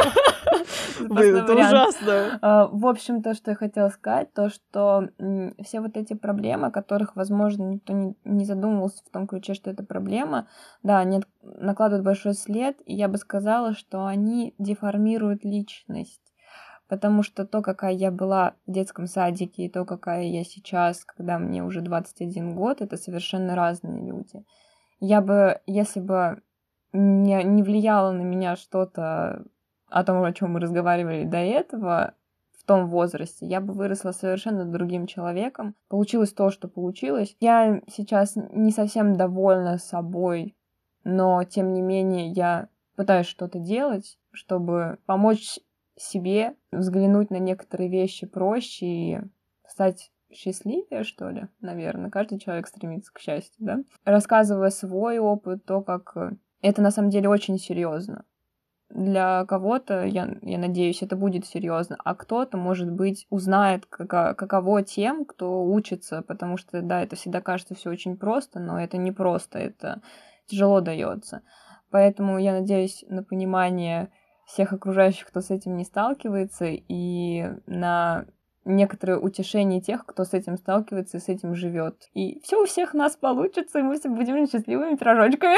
Блин, это ужасно. В общем, то, что я хотела сказать, то, что все вот эти проблемы, о которых, возможно, никто не задумывался в том ключе, что это проблема, да, они накладывают большой след, и я бы сказала, что они деформируют личность. Потому что то, какая я была в детском садике, и то, какая я сейчас, когда мне уже 21 год, это совершенно разные люди. Я бы, если бы не влияло на меня что-то о том, о чем мы разговаривали до этого, в том возрасте, я бы выросла совершенно другим человеком. Получилось то, что получилось. Я сейчас не совсем довольна собой, но, тем не менее, я пытаюсь что-то делать, чтобы помочь себе взглянуть на некоторые вещи проще и стать счастливее, что ли, наверное. Каждый человек стремится к счастью, да? Рассказывая свой опыт, то, как это на самом деле очень серьезно. Для кого-то, я надеюсь, это будет серьезно, а кто-то, может быть, узнает, каково тем, кто учится, потому что, да, это всегда кажется все очень просто, но это не просто, это тяжело дается. Поэтому я надеюсь на понимание всех окружающих, кто с этим не сталкивается, и на некоторое утешение тех, кто с этим сталкивается и с этим живет. И все у всех нас получится, и мы все будем счастливыми пирожочками.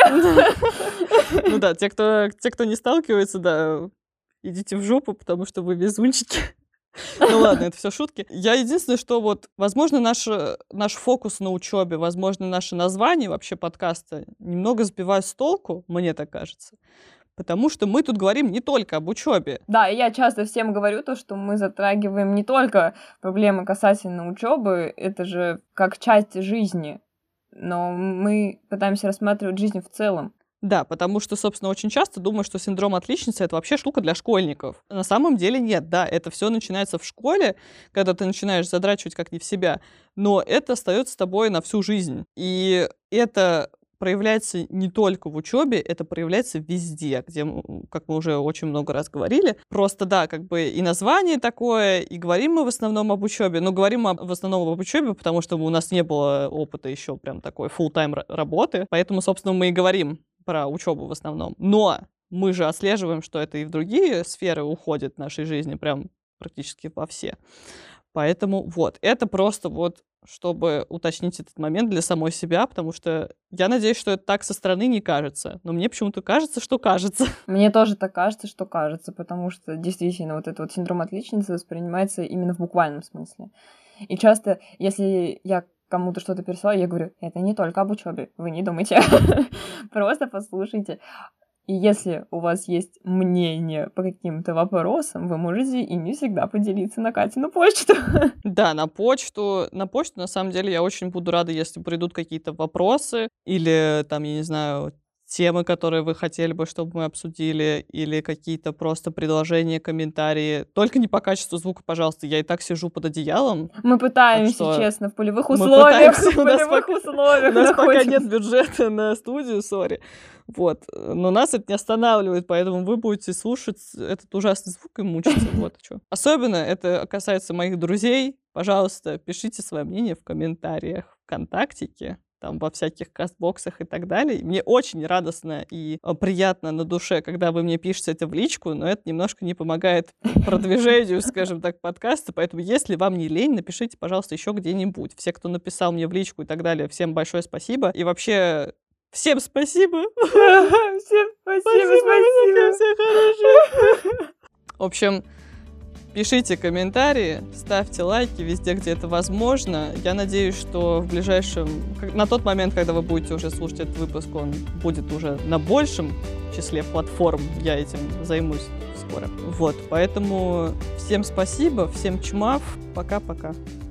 Ну да, те, кто не сталкивается, да, идите в жопу, потому что вы везунчики. Ну ладно, это все шутки. Я единственное, что вот, возможно, наш фокус на учебе, возможно, наше название вообще подкаста немного сбивает с толку, мне так кажется. потому что мы тут говорим не только об учебе. Да, и я часто всем говорю то, что мы затрагиваем не только проблемы касательно учебы, это же как часть жизни, но мы пытаемся рассматривать жизнь в целом. Да, потому что, собственно, очень часто думаю, что синдром отличницы — это вообще штука для школьников. На самом деле нет, да, это все начинается в школе, когда ты начинаешь задрачивать как не в себя, но это остается с тобой на всю жизнь. И это проявляется не только в учебе, это проявляется везде, где, как мы уже очень много раз говорили. Просто, да, как бы и название такое, и говорим мы в основном об учебе, но говорим мы в основном об учебе, потому что у нас не было опыта еще прям такой full-time работы, поэтому, собственно, мы и говорим про учебу в основном. Но мы же отслеживаем, что это и в другие сферы уходит нашей жизни, прям практически во все. Поэтому вот, это просто вот, чтобы уточнить этот момент для самой себя, потому что я надеюсь, что это так со стороны не кажется. Но мне почему-то кажется, что кажется. Мне тоже так кажется, что кажется, потому что действительно вот этот вот синдром отличницы воспринимается именно в буквальном смысле. И часто, если я кому-то что-то пересылаю, я говорю, это не только об учебе, вы не думайте, просто послушайте. И если у вас есть мнение по каким-то вопросам, вы можете ими всегда поделиться на Катину почту. Да, на почту. На почту, на самом деле, я очень буду рада, если придут какие-то вопросы или, там, я не знаю, темы, которые вы хотели бы, чтобы мы обсудили, или какие-то просто предложения, комментарии. Только не по качеству звука, пожалуйста. Я и так сижу под одеялом. Мы пытаемся, честно, в полевых условиях. У нас пока нет бюджета на студию, сори. Вот. Но нас это не останавливает, поэтому вы будете слушать этот ужасный звук и мучиться. Вот что. Особенно это касается моих друзей. Пожалуйста, пишите свое мнение в комментариях ВКонтактике, там во всяких кастбоксах и так далее. Мне очень радостно и приятно на душе, когда вы мне пишете это в личку, но это немножко не помогает продвижению, скажем так, подкаста. Поэтому, если вам не лень, напишите, пожалуйста, еще где-нибудь. Все, кто написал мне в личку и так далее, всем большое спасибо. И вообще, всем спасибо. Всем спасибо. Все хорошие. В общем, пишите комментарии, ставьте лайки везде, где это возможно. Я надеюсь, что в ближайшем... На тот момент, когда вы будете уже слушать этот выпуск, он будет уже на большем числе платформ. Я этим займусь скоро. Вот, поэтому всем спасибо, всем чмав. Пока-пока.